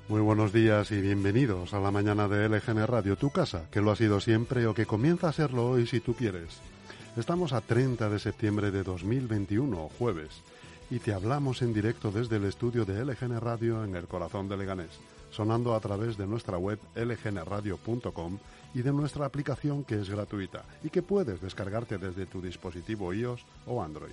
Muy buenos días y bienvenidos a la mañana de LGN Radio, tu casa, que lo ha sido siempre o que comienza a serlo hoy si tú quieres. Estamos a 30 de septiembre de 2021, jueves, y te hablamos en directo desde el estudio de LGN Radio en el corazón de Leganés, sonando a través de nuestra web lgnradio.com y de nuestra aplicación que es gratuita y que puedes descargarte desde tu dispositivo iOS o Android.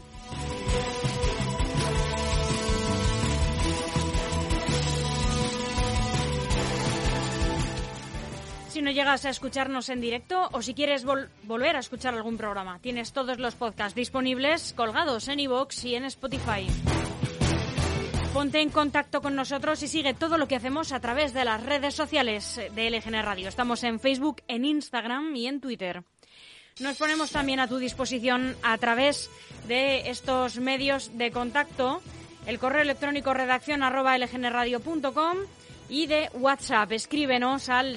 Si no llegas a escucharnos en directo o si quieres volver a escuchar algún programa, tienes todos los podcasts disponibles colgados en iVoox y en Spotify. Ponte en contacto con nosotros y sigue todo lo que hacemos a través de las redes sociales de LGN Radio. Estamos en Facebook, en Instagram y en Twitter. Nos ponemos también a tu disposición a través de estos medios de contacto, el correo electrónico redaccion@lgnradio.com y de WhatsApp. Escríbenos al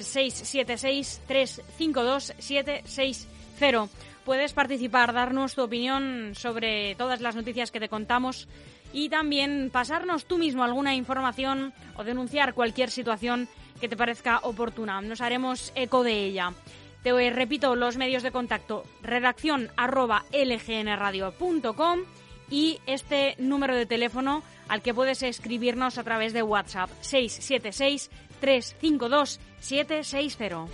676-352-760. Puedes participar, darnos tu opinión sobre todas las noticias que te contamos y también pasarnos tú mismo alguna información o denunciar cualquier situación que te parezca oportuna. Nos haremos eco de ella. Te repito los medios de contacto: redaccion@lgnradio.com y este número de teléfono al que puedes escribirnos a través de WhatsApp, 676-352-760.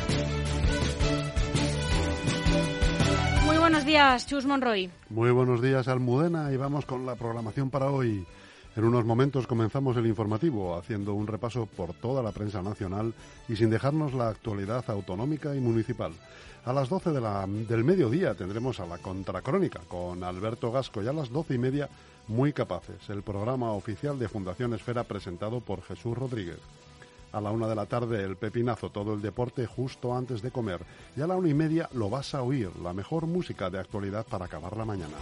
Muy buenos días, Chus Monroy. Muy buenos días, Almudena, y vamos con la programación para hoy. En unos momentos comenzamos el informativo, haciendo un repaso por toda la prensa nacional y sin dejarnos la actualidad autonómica y municipal. A las 12 del mediodía tendremos a la Contracrónica con Alberto Gasco y a las 12:30 Muy Capaces, el programa oficial de Fundación Esfera presentado por Jesús Rodríguez. A la 1 de la tarde el Pepinazo, todo el deporte justo antes de comer. Y a la 1:30 lo vas a oír, la mejor música de actualidad para acabar la mañana.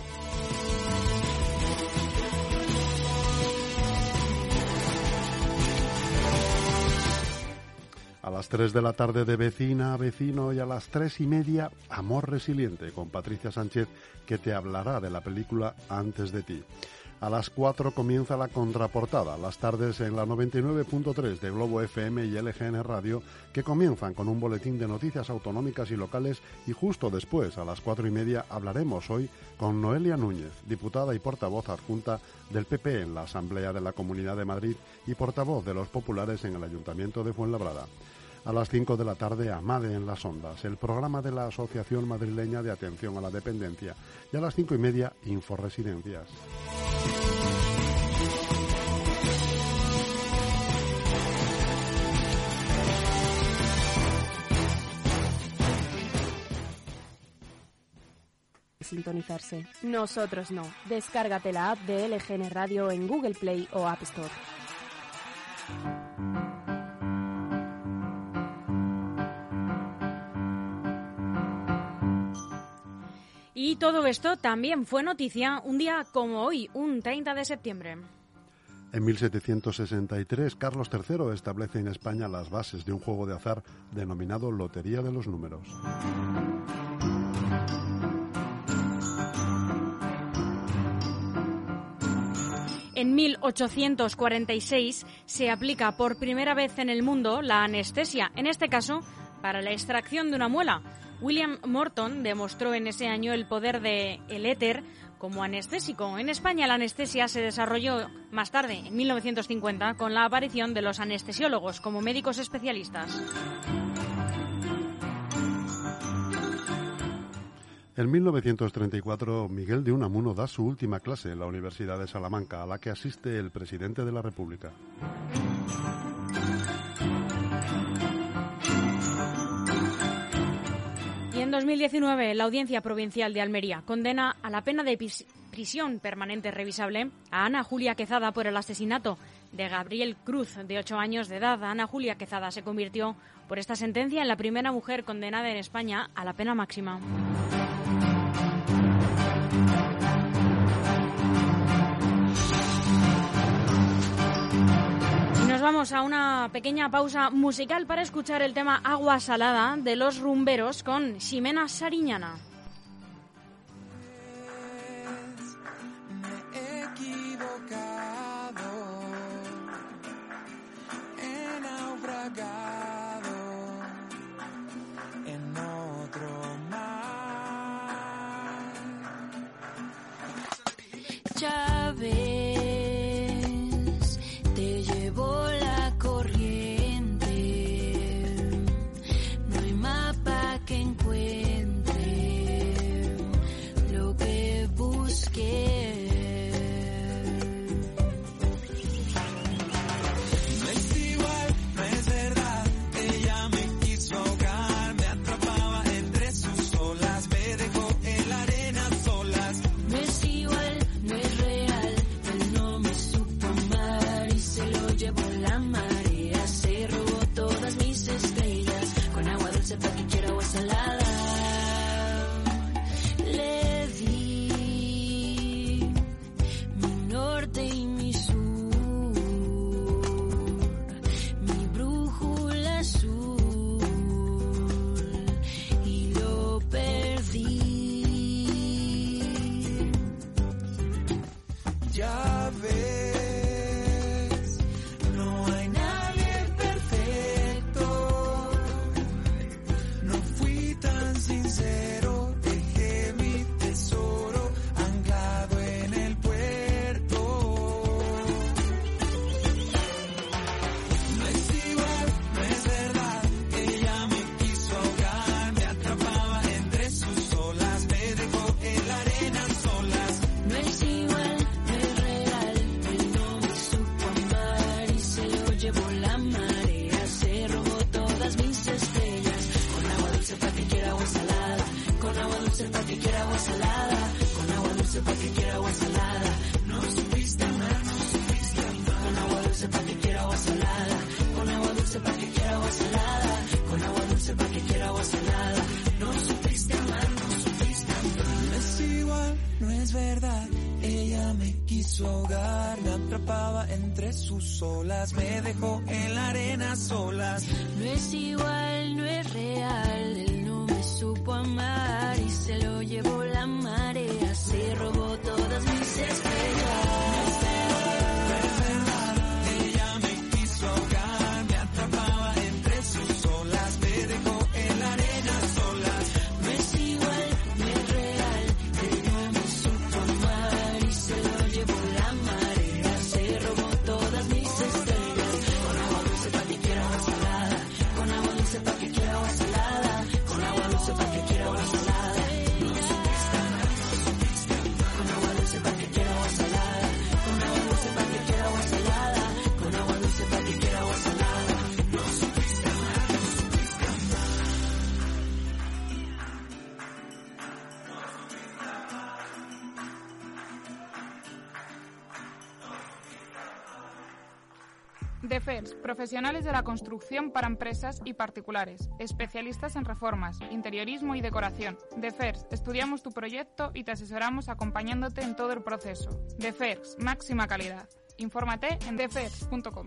A las 3 de la tarde de Vecina a Vecino y a las 3:30 Amor Resiliente con Patricia Sánchez, que te hablará de la película Antes de ti. A las 4 comienza la Contraportada, las tardes en la 99.3 de Globo FM y LGN Radio, que comienzan con un boletín de noticias autonómicas y locales, y justo después, a las 4:30, hablaremos hoy con Noelia Núñez, diputada y portavoz adjunta del PP en la Asamblea de la Comunidad de Madrid y portavoz de los populares en el Ayuntamiento de Fuenlabrada. A las 5 de la tarde, AMADE en las Ondas, el programa de la Asociación Madrileña de Atención a la Dependencia. Y a las 5:30, Inforesidencias. Sintonizarse. Nosotros no. Descárgate la app de LGN Radio en Google Play o App Store. Y todo esto también fue noticia un día como hoy, un 30 de septiembre. En 1763, Carlos III establece en España las bases de un juego de azar denominado Lotería de los Números. En 1846 se aplica por primera vez en el mundo la anestesia, en este caso para la extracción de una muela. William Morton demostró en ese año el poder del éter como anestésico. En España la anestesia se desarrolló más tarde, en 1950, con la aparición de los anestesiólogos como médicos especialistas. En 1934, Miguel de Unamuno da su última clase en la Universidad de Salamanca, a la que asiste el presidente de la República. Y en 2019, la Audiencia Provincial de Almería condena a la pena de prisión permanente revisable a Ana Julia Quezada por el asesinato de Gabriel Cruz, de 8 años de edad. Ana Julia Quezada se convirtió, por esta sentencia, en la primera mujer condenada en España a la pena máxima. Nos vamos a una pequeña pausa musical para escuchar el tema Agua Salada de Los Rumberos con Ximena Sariñana. Me he equivocado en sus olas, me dejó en la arena solas. No es igual, no es real, él no me supo amar y se lo llevó la marea, se robó todas mis estrellas. Ella me quiso ahogar, me atrapaba entre sus olas, me dejó en la arena solas. No es igual, no es real, él no me supo amar y se lo llevó la marea, se robó todas mis estrellas. Con agua dulce pa' que quiera agua salada, con agua dulce pa' que quiera agua salada, con agua dulce pa' que quiera agua salada. No supiste amar, no supiste amar. Con agua dulce pa' que quiera agua salada, con agua dulce pa' que quiera agua salada, con agua dulce pa' que quiera agua salada. No supiste amar, no supiste amar. DEFERS, profesionales de la construcción para empresas y particulares, especialistas en reformas, interiorismo y decoración. DEFERS, estudiamos tu proyecto y te asesoramos acompañándote en todo el proceso. DEFERS, máxima calidad. Infórmate en defers.com.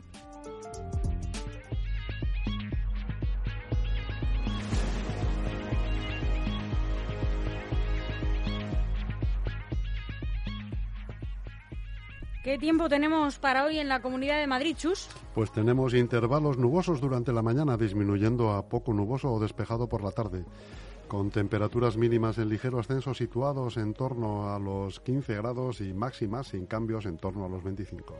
¿Qué tiempo tenemos para hoy en la Comunidad de Madrid, Chus? Pues tenemos intervalos nubosos durante la mañana, disminuyendo a poco nuboso o despejado por la tarde, con temperaturas mínimas en ligero ascenso situados en torno a los 15 grados y máximas sin cambios en torno a los 25.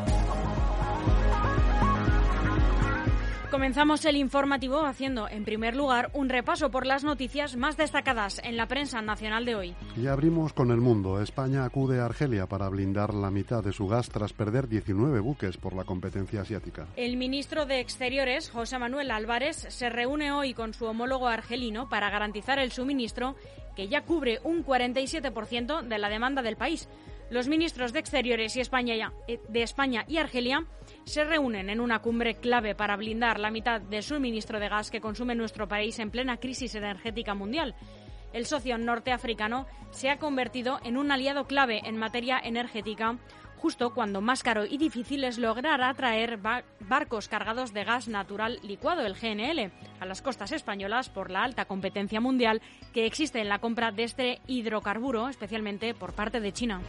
Comenzamos el informativo haciendo, en primer lugar, un repaso por las noticias más destacadas en la prensa nacional de hoy. Y abrimos con El Mundo. España acude a Argelia para blindar la mitad de su gas tras perder 19 buques por la competencia asiática. El ministro de Exteriores, José Manuel Álvarez, se reúne hoy con su homólogo argelino para garantizar el suministro, que ya cubre un 47% de la demanda del país. Los ministros de Exteriores de España y Argelia se reúnen en una cumbre clave para blindar la mitad del suministro de gas que consume nuestro país en plena crisis energética mundial. El socio norteafricano se ha convertido en un aliado clave en materia energética, justo cuando más caro y difícil es lograr atraer barcos cargados de gas natural licuado, el GNL, a las costas españolas por la alta competencia mundial que existe en la compra de este hidrocarburo, especialmente por parte de China.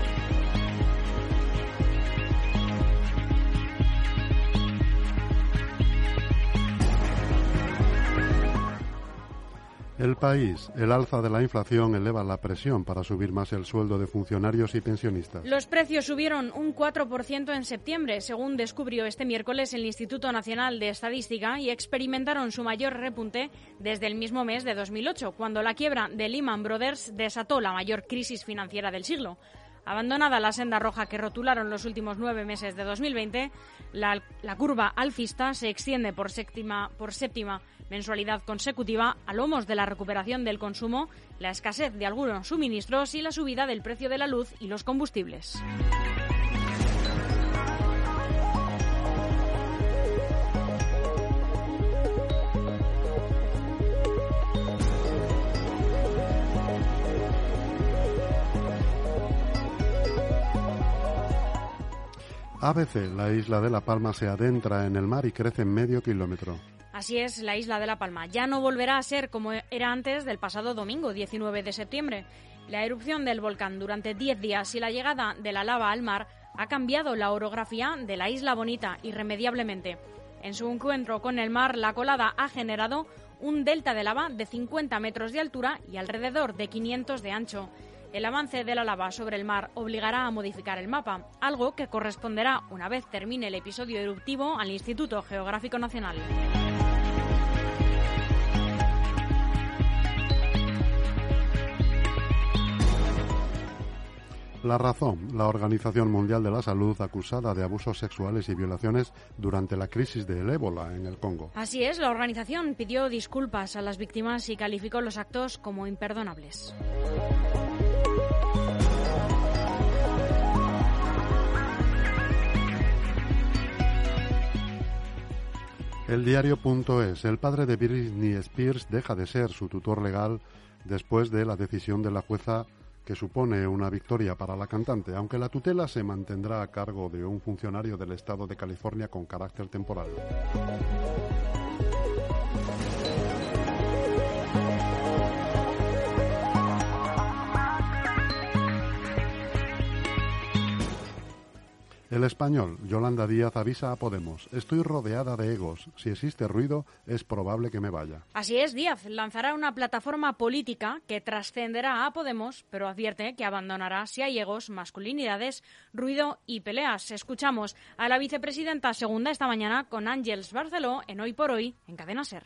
El País. El alza de la inflación eleva la presión para subir más el sueldo de funcionarios y pensionistas. Los precios subieron un 4% en septiembre, según descubrió este miércoles el Instituto Nacional de Estadística, y experimentaron su mayor repunte desde el mismo mes de 2008, cuando la quiebra de Lehman Brothers desató la mayor crisis financiera del siglo. Abandonada la senda roja que rotularon los últimos 9 meses de 2020, la curva alcista se extiende por séptima mensualidad consecutiva a lomos de la recuperación del consumo, la escasez de algunos suministros y la subida del precio de la luz y los combustibles. ABC, la isla de La Palma se adentra en el mar y crece medio kilómetro. Así es, la isla de La Palma ya no volverá a ser como era antes del pasado domingo, 19 de septiembre. La erupción del volcán durante 10 días y la llegada de la lava al mar ha cambiado la orografía de la Isla Bonita irremediablemente. En su encuentro con el mar, la colada ha generado un delta de lava de 50 metros de altura y alrededor de 500 de ancho. El avance de la lava sobre el mar obligará a modificar el mapa, algo que corresponderá, una vez termine el episodio eruptivo, al Instituto Geográfico Nacional. La Razón, la Organización Mundial de la Salud, acusada de abusos sexuales y violaciones durante la crisis del ébola en el Congo. Así es, la organización pidió disculpas a las víctimas y calificó los actos como imperdonables. El diario.es, el padre de Britney Spears deja de ser su tutor legal después de la decisión de la jueza que supone una victoria para la cantante, aunque la tutela se mantendrá a cargo de un funcionario del estado de California con carácter temporal. El Español, Yolanda Díaz avisa a Podemos: estoy rodeada de egos. Si existe ruido, es probable que me vaya. Así es, Díaz lanzará una plataforma política que trascenderá a Podemos, pero advierte que abandonará si hay egos, masculinidades, ruido y peleas. Escuchamos a la vicepresidenta segunda esta mañana con Àngels Barceló en Hoy por Hoy en Cadena SER.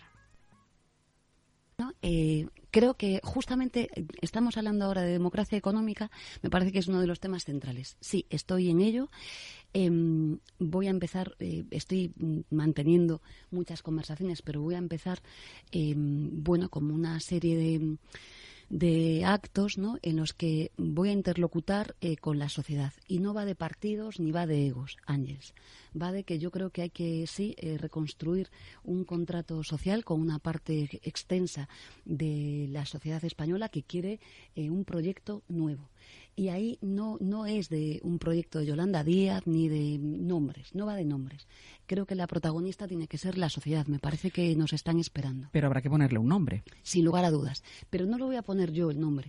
Creo que justamente estamos hablando ahora de democracia económica, me parece que es uno de los temas centrales. Sí, estoy en ello. Voy a empezar, estoy manteniendo muchas conversaciones, pero voy a empezar, como una serie de actos, ¿no?, en los que voy a interlocutar con la sociedad. Y no va de partidos ni va de egos, Àngels. Va de que yo creo que hay que, reconstruir un contrato social con una parte extensa de la sociedad española que quiere un proyecto nuevo. Y ahí no es de un proyecto de Yolanda Díaz ni de nombres, no va de nombres. Creo que la protagonista tiene que ser la sociedad. Me parece que nos están esperando. Pero habrá que ponerle un nombre. Sin lugar a dudas. Pero no lo voy a poner yo el nombre.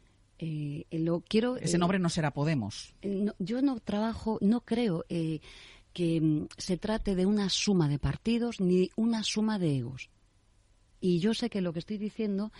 Ese nombre no será Podemos. Yo no creo que se trate de una suma de partidos ni una suma de egos. Y yo sé que lo que estoy diciendo,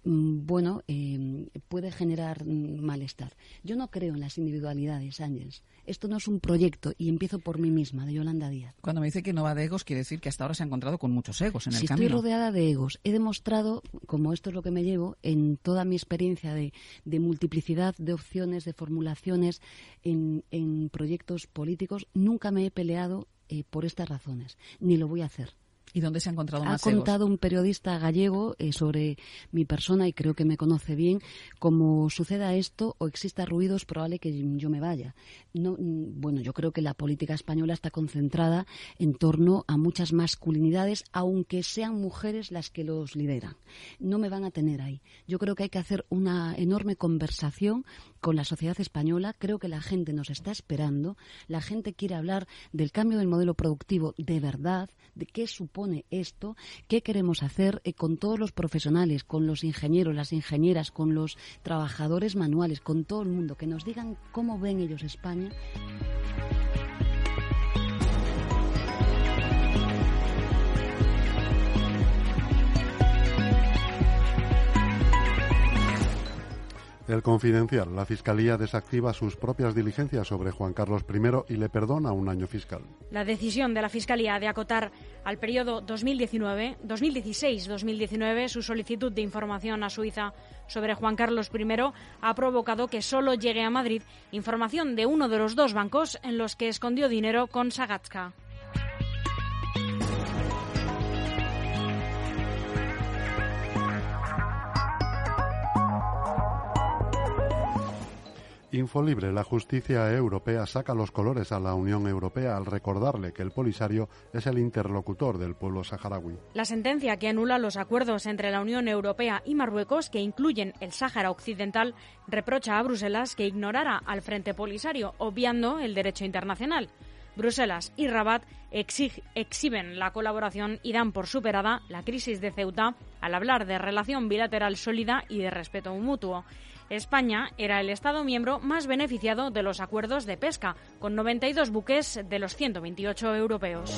puede generar malestar. Yo no creo en las individualidades, Àngels. Esto no es un proyecto, y empiezo por mí misma, de Yolanda Díaz. Cuando me dice que no va de egos, quiere decir que hasta ahora se ha encontrado con muchos egos en el camino. Si estoy rodeada de egos, he demostrado, como esto es lo que me llevo, en toda mi experiencia de multiplicidad de opciones, de formulaciones en proyectos políticos, nunca me he peleado por estas razones, ni lo voy a hacer. ¿Y dónde se ha encontrado más egos? Ha contado un periodista gallego sobre mi persona, y creo que me conoce bien. Como suceda esto o exista ruido, es probable que yo me vaya. Yo creo que la política española está concentrada en torno a muchas masculinidades, aunque sean mujeres las que los lideran. No me van a tener ahí. Yo creo que hay que hacer una enorme conversación con la sociedad española. Creo que la gente nos está esperando. La gente quiere hablar del cambio del modelo productivo de verdad, de qué supone esto, qué queremos hacer con todos los profesionales, con los ingenieros, las ingenieras, con los trabajadores manuales, con todo el mundo, que nos digan cómo ven ellos España. El Confidencial. La Fiscalía desactiva sus propias diligencias sobre Juan Carlos I y le perdona un año fiscal. La decisión de la Fiscalía de acotar al periodo 2016-2019 su solicitud de información a Suiza sobre Juan Carlos I ha provocado que solo llegue a Madrid información de uno de los dos bancos en los que escondió dinero con Sagatsca. Infolibre. La justicia europea saca los colores a la Unión Europea al recordarle que el Polisario es el interlocutor del pueblo saharaui. La sentencia que anula los acuerdos entre la Unión Europea y Marruecos, que incluyen el Sáhara Occidental, reprocha a Bruselas que ignorara al Frente Polisario, obviando el derecho internacional. Bruselas y Rabat exhiben la colaboración y dan por superada la crisis de Ceuta al hablar de relación bilateral sólida y de respeto mutuo. España era el Estado miembro más beneficiado de los acuerdos de pesca, con 92 buques de los 128 europeos.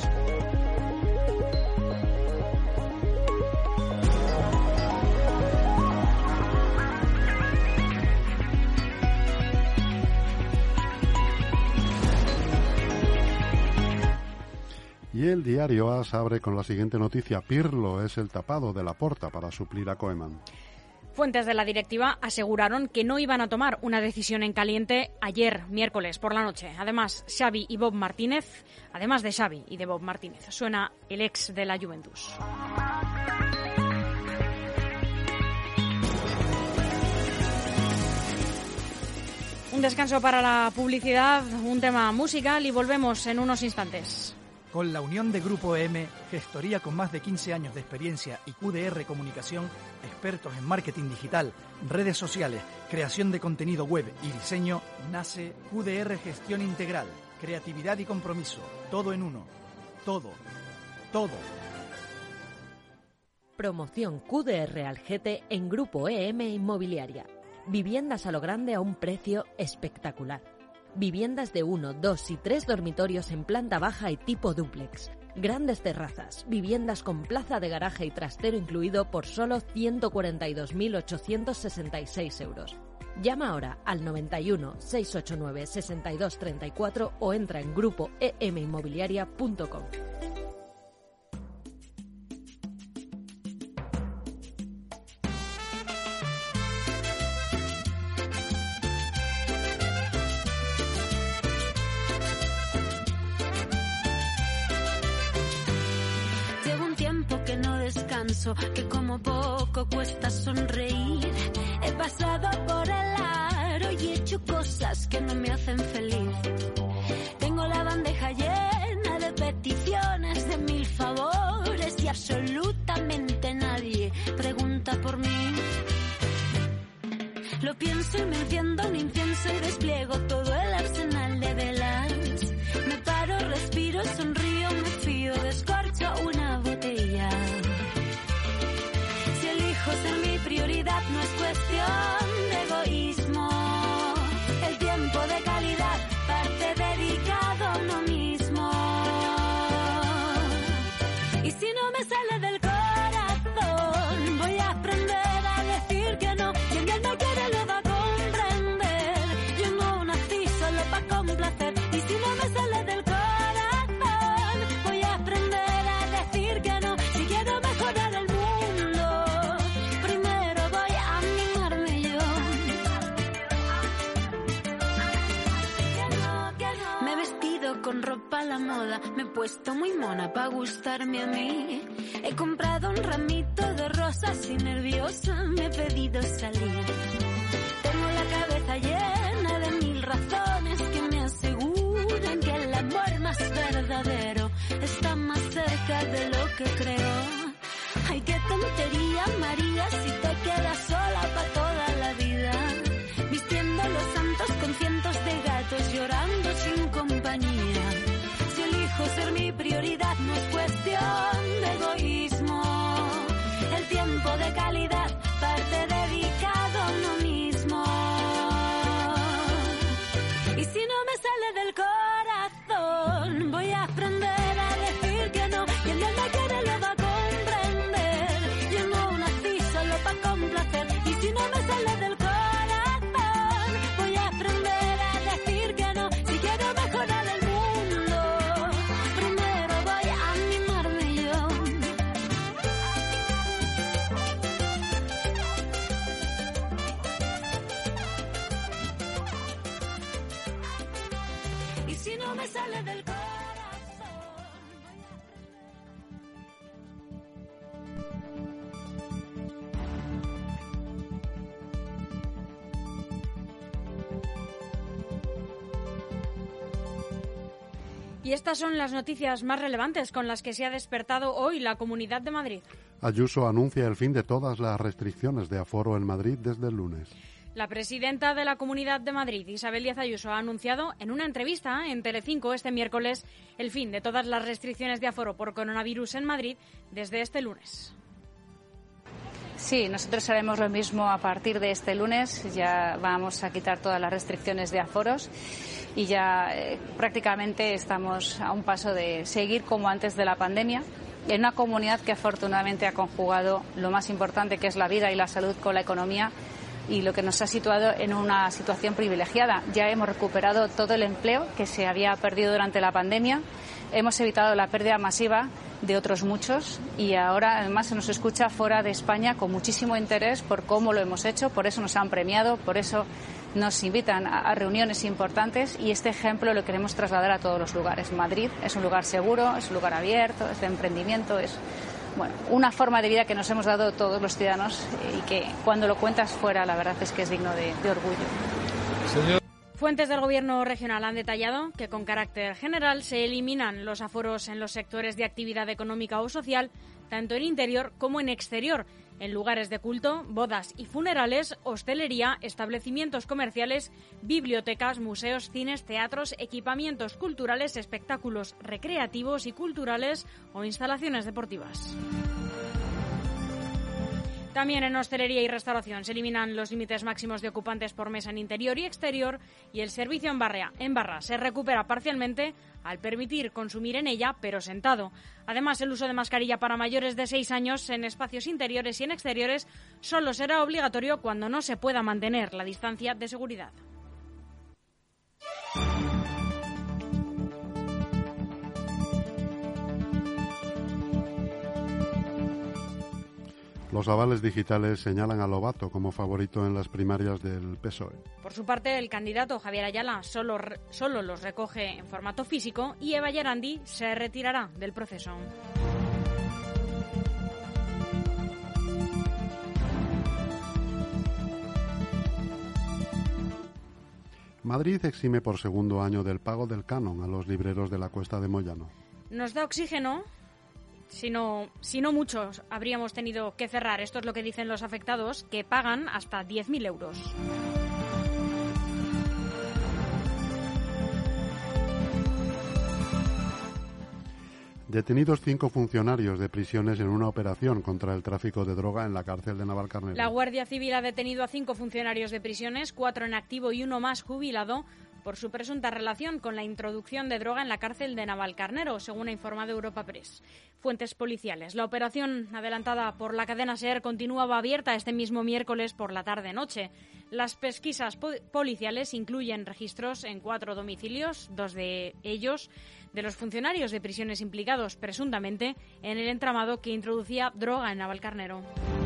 Y el diario AS abre con la siguiente noticia: Pirlo es el tapado de Laporta para suplir a Koeman. Fuentes de la directiva aseguraron que no iban a tomar una decisión en caliente ayer, miércoles, por la noche. Además de Xavi y de Bob Martínez, suena el ex de la Juventus. Un descanso para la publicidad, un tema musical y volvemos en unos instantes. Con la unión de Grupo M, gestoría con más de 15 años de experiencia y QDR Comunicación, expertos en marketing digital, redes sociales, creación de contenido web y diseño, nace QDR Gestión Integral. Creatividad y compromiso, todo en uno. Todo. Promoción QDR Algete en Grupo EM Inmobiliaria. Viviendas a lo grande a un precio espectacular. Viviendas de 1, 2 y 3 dormitorios en planta baja y tipo dúplex. Grandes terrazas, viviendas con plaza de garaje y trastero incluido por solo 142.866 euros. Llama ahora al 91 689 62 34 o entra en grupoeminmobiliaria.com. Que como poco cuesta sonreír. He pasado por el aro y he hecho cosas que no me hacen feliz. Tengo la bandeja llena de peticiones, de 1000 favores y absolutamente nadie pregunta por mí. Lo pienso y me enciendo un incienso y despliego todo el arsenal de velas. Me paro, respiro, sonrío, me fío, descorcho una botella. Ser mi prioridad no es cuestión de egoísmo. El tiempo de calidad parte dedicado a uno mismo. Y si no me sale del corazón, voy a aprender a decir que no. Y el que me quiere lo va a comprender. Yo no nací solo para complacer. Y si no me sale del corazón, voy a aprender a decir que no. Si quiero mejorar el mundo, con ropa a la moda, me he puesto muy mona pa' gustarme a mí. He comprado un ramito de rosas y nerviosa me he pedido salir. Tengo la cabeza llena de 1000 razones que me aseguran que el amor más verdadero está más cerca de lo que creo. Ay, qué tontería, María, si te quedas sola pa' toda la vida. Vistiendo los santos con cientos de gatos, llorando sin compañía. Si elijo ser mi prioridad no es cuestión de egoísmo. El tiempo de calidad parte dedicado a uno mismo. Y si no me sale del corazón, voy a aprender a decir que no. Y el que me quiere lo va a comprender. Yo no nací solo para complacer. Y si no me sale del corazón, sale del corazón. Y estas son las noticias más relevantes con las que se ha despertado hoy la Comunidad de Madrid. Ayuso anuncia el fin de todas las restricciones de aforo en Madrid desde el lunes. La presidenta de la Comunidad de Madrid, Isabel Díaz Ayuso, ha anunciado en una entrevista en Telecinco este miércoles el fin de todas las restricciones de aforo por coronavirus en Madrid desde este lunes. Sí, nosotros haremos lo mismo a partir de este lunes. Ya vamos a quitar todas las restricciones de aforos y ya prácticamente estamos a un paso de seguir como antes de la pandemia. En una comunidad que afortunadamente ha conjugado lo más importante, que es la vida y la salud, con la economía, y lo que nos ha situado en una situación privilegiada. Ya hemos recuperado todo el empleo que se había perdido durante la pandemia, hemos evitado la pérdida masiva de otros muchos y ahora además se nos escucha fuera de España con muchísimo interés por cómo lo hemos hecho, por eso nos han premiado, por eso nos invitan a reuniones importantes y este ejemplo lo queremos trasladar a todos los lugares. Madrid es un lugar seguro, es un lugar abierto, es de emprendimiento, es una forma de vida que nos hemos dado todos los ciudadanos y que cuando lo cuentas fuera la verdad es que es digno de orgullo. Fuentes del Gobierno regional han detallado que con carácter general se eliminan los aforos en los sectores de actividad económica o social, tanto en interior como en exterior, en lugares de culto, bodas y funerales, hostelería, establecimientos comerciales, bibliotecas, museos, cines, teatros, equipamientos culturales, espectáculos recreativos y culturales o instalaciones deportivas. También en hostelería y restauración se eliminan los límites máximos de ocupantes por mesa en interior y exterior y el servicio en barra se recupera parcialmente al permitir consumir en ella, pero sentado. Además, el uso de mascarilla para mayores de 6 años en espacios interiores y en exteriores solo será obligatorio cuando no se pueda mantener la distancia de seguridad. Los avales digitales señalan a Lobato como favorito en las primarias del PSOE. Por su parte, el candidato Javier Ayala solo los recoge en formato físico y Eva Yarandi se retirará del proceso. Madrid exime por segundo año del pago del canon a los libreros de la Cuesta de Moyano. Nos da oxígeno. Si no muchos habríamos tenido que cerrar. Esto es lo que dicen los afectados, que pagan hasta 10.000 euros. Detenidos 5 funcionarios de prisiones en una operación contra el tráfico de droga en la cárcel de Navalcarnero. La Guardia Civil ha detenido a 5 funcionarios de prisiones, 4 en activo y 1 más jubilado, por su presunta relación con la introducción de droga en la cárcel de Navalcarnero, según ha informado Europa Press. Fuentes policiales. La operación adelantada por la cadena SER continuaba abierta este mismo miércoles por la tarde-noche. Las pesquisas policiales incluyen registros en 4 domicilios, 2 de ellos de los funcionarios de prisiones implicados presuntamente en el entramado que introducía droga en Navalcarnero.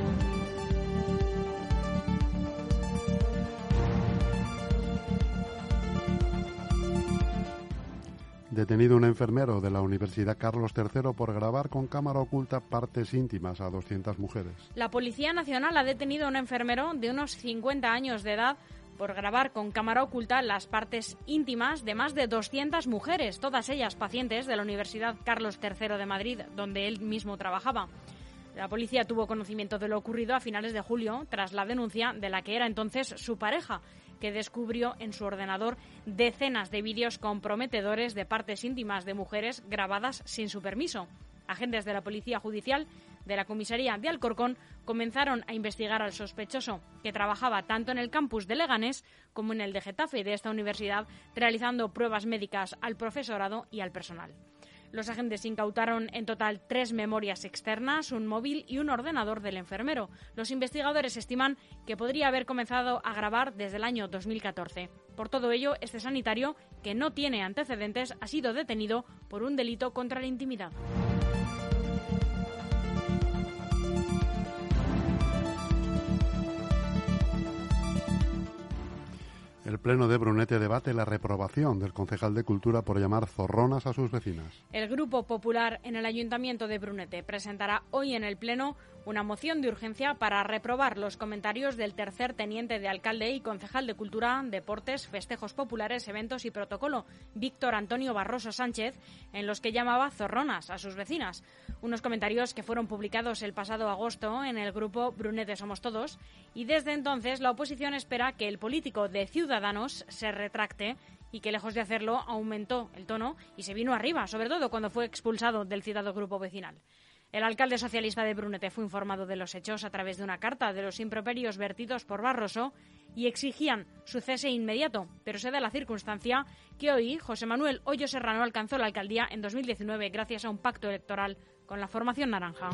Detenido un enfermero de la Universidad Carlos III por grabar con cámara oculta partes íntimas a 200 mujeres. La Policía Nacional ha detenido a un enfermero de unos 50 años de edad por grabar con cámara oculta las partes íntimas de más de 200 mujeres, todas ellas pacientes de la Universidad Carlos III de Madrid, donde él mismo trabajaba. La policía tuvo conocimiento de lo ocurrido a finales de julio, tras la denuncia de la que era entonces su pareja, que descubrió en su ordenador decenas de vídeos comprometedores de partes íntimas de mujeres grabadas sin su permiso. Agentes de la Policía Judicial de la Comisaría de Alcorcón comenzaron a investigar al sospechoso, que trabajaba tanto en el campus de Leganés como en el de Getafe de esta universidad, realizando pruebas médicas al profesorado y al personal. Los agentes incautaron en total 3 memorias externas, un móvil y un ordenador del enfermero. Los investigadores estiman que podría haber comenzado a grabar desde el año 2014. Por todo ello, este sanitario, que no tiene antecedentes, ha sido detenido por un delito contra la intimidad. El Pleno de Brunete debate la reprobación del concejal de Cultura por llamar zorronas a sus vecinas. El Grupo Popular en el Ayuntamiento de Brunete presentará hoy en el Pleno una moción de urgencia para reprobar los comentarios del tercer teniente de alcalde y concejal de Cultura, Deportes, Festejos Populares, Eventos y Protocolo, Víctor Antonio Barroso Sánchez, en los que llamaba zorronas a sus vecinas. Unos comentarios que fueron publicados el pasado agosto en el grupo Brunete Somos Todos, y desde entonces la oposición espera que el político de Ciudadanos se retracte y que, lejos de hacerlo, aumentó el tono y se vino arriba, sobre todo cuando fue expulsado del citado grupo vecinal. El alcalde socialista de Brunete fue informado de los hechos a través de una carta de los improperios vertidos por Barroso y exigían su cese inmediato, pero se da la circunstancia que hoy José Manuel Hoyo Serrano alcanzó la alcaldía en 2019 gracias a un pacto electoral con la formación naranja.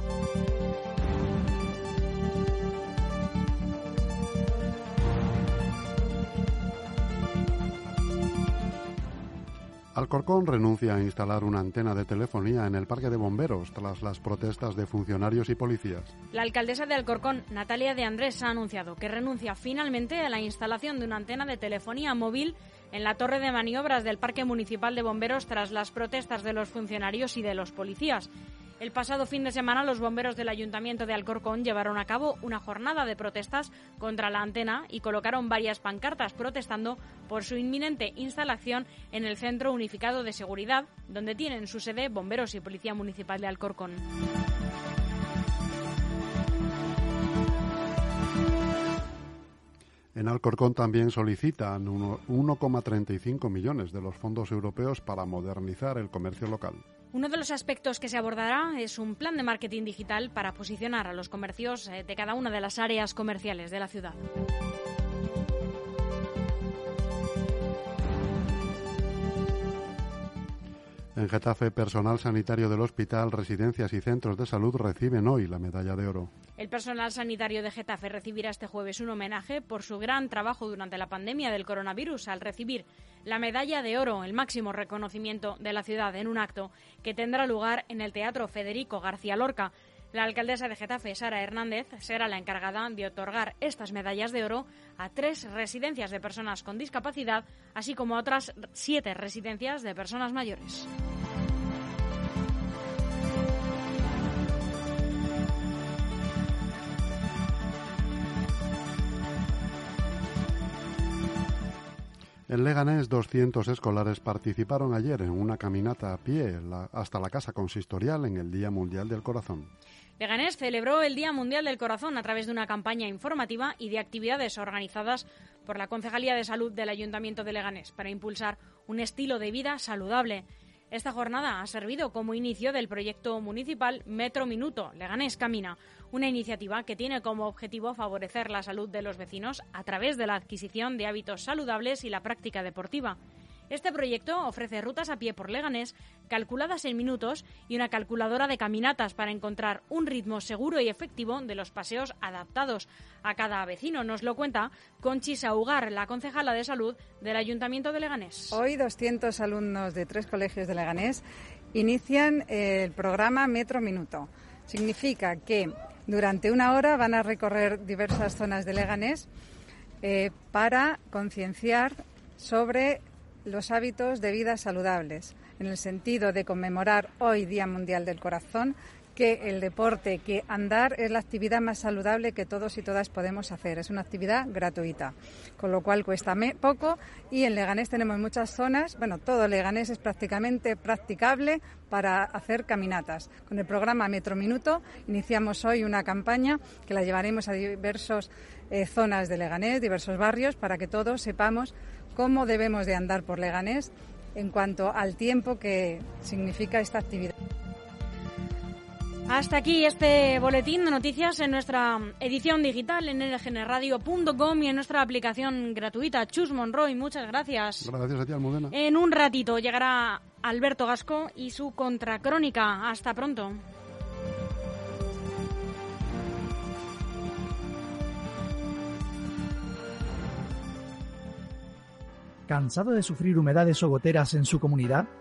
Alcorcón renuncia a instalar una antena de telefonía en el Parque de Bomberos tras las protestas de funcionarios y policías. La alcaldesa de Alcorcón, Natalia de Andrés, ha anunciado que renuncia finalmente a la instalación de una antena de telefonía móvil en la torre de maniobras del Parque Municipal de Bomberos tras las protestas de los funcionarios y de los policías. El pasado fin de semana los bomberos del Ayuntamiento de Alcorcón llevaron a cabo una jornada de protestas contra la antena y colocaron varias pancartas protestando por su inminente instalación en el Centro Unificado de Seguridad, donde tienen su sede bomberos y Policía Municipal de Alcorcón. En Alcorcón también solicitan 1,35 millones de los fondos europeos para modernizar el comercio local. Uno de los aspectos que se abordará es un plan de marketing digital para posicionar a los comercios de cada una de las áreas comerciales de la ciudad. En Getafe, personal sanitario del hospital, residencias y centros de salud reciben hoy la medalla de oro. El personal sanitario de Getafe recibirá este jueves un homenaje por su gran trabajo durante la pandemia del coronavirus al recibir la medalla de oro, el máximo reconocimiento de la ciudad, en un acto que tendrá lugar en el Teatro Federico García Lorca. La alcaldesa de Getafe, Sara Hernández, será la encargada de otorgar estas medallas de oro a 3 residencias de personas con discapacidad, así como a otras 7 residencias de personas mayores. En Leganés, 200 escolares participaron ayer en una caminata a pie hasta la Casa Consistorial en el Día Mundial del Corazón. Leganés celebró el Día Mundial del Corazón a través de una campaña informativa y de actividades organizadas por la Concejalía de Salud del Ayuntamiento de Leganés para impulsar un estilo de vida saludable. Esta jornada ha servido como inicio del proyecto municipal Metro Minuto, Leganés Camina, una iniciativa que tiene como objetivo favorecer la salud de los vecinos a través de la adquisición de hábitos saludables y la práctica deportiva. Este proyecto ofrece rutas a pie por Leganés, calculadas en minutos, y una calculadora de caminatas para encontrar un ritmo seguro y efectivo de los paseos adaptados a cada vecino. Nos lo cuenta Conchi Saugar, la concejala de salud del Ayuntamiento de Leganés. Hoy 200 alumnos de 3 colegios de Leganés inician el programa Metro Minuto. Significa que durante una hora van a recorrer diversas zonas de Leganés para concienciar sobre los hábitos de vida saludables, en el sentido de conmemorar hoy Día Mundial del Corazón, que el deporte, que andar es la actividad más saludable que todos y todas podemos hacer. Es una actividad gratuita, con lo cual cuesta poco, y en Leganés tenemos muchas zonas, todo Leganés es prácticamente practicable para hacer caminatas. Con el programa Metro Minuto iniciamos hoy una campaña que la llevaremos a diversas zonas de Leganés, diversos barrios, para que todos sepamos cómo debemos de andar por Leganés en cuanto al tiempo que significa esta actividad. Hasta aquí este boletín de noticias en nuestra edición digital en lgnradio.com y en nuestra aplicación gratuita. Chus Monroy, muchas gracias. Gracias a ti, Almudena. En un ratito llegará Alberto Gasco y su contracrónica. Hasta pronto. ¿Cansado de sufrir humedades o goteras en su comunidad?